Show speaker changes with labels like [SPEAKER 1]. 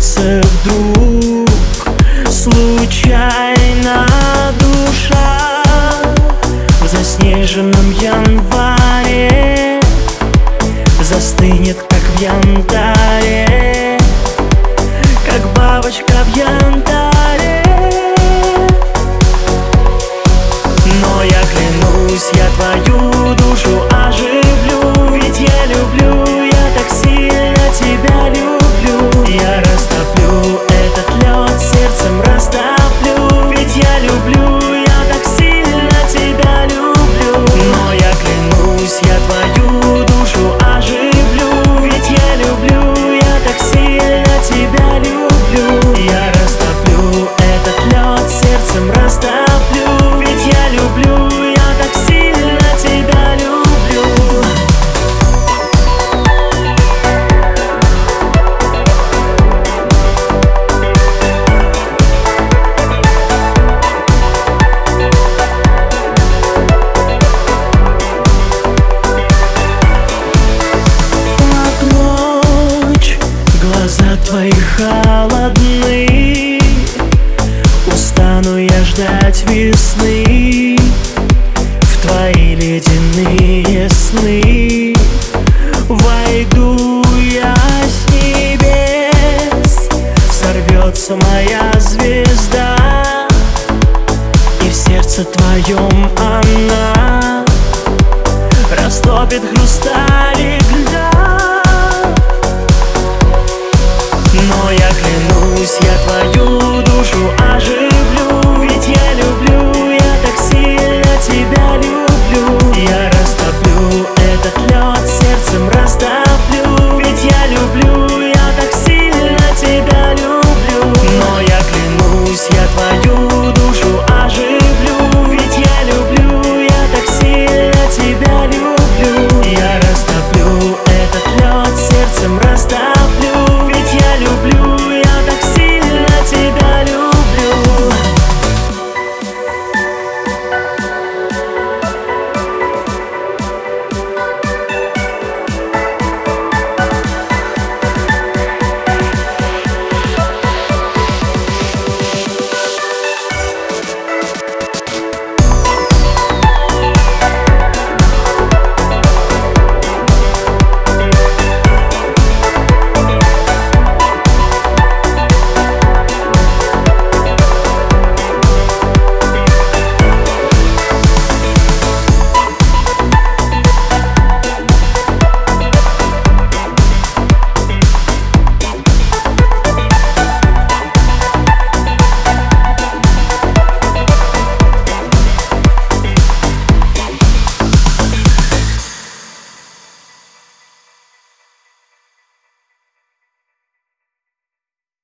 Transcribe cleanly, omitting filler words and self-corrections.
[SPEAKER 1] появится вдруг случайно душа в заснеженном январе, застынет, как в янтаре, как бабочка в янтаре. Но я клянусь, я твою душу оживлю, ведь я люблю, я так сильно тебя люблю. Я растоплю этот лед, сердцем растоплю, ведь я люблю, я так сильно тебя люблю. Но я клянусь, я твою душу оживлю, ведь я люблю, я так сильно тебя люблю. Я растоплю этот лед, сердцем растоплю, ведь я люблю, я так сильно тебя люблю. Как ночь, глаза твои холодны, устану я ждать весны. В твои ледяные сны войду я с небес, сорвется моя звезда, и в сердце твоем она растопит хрусталик льда. Но я клянусь, я твою душу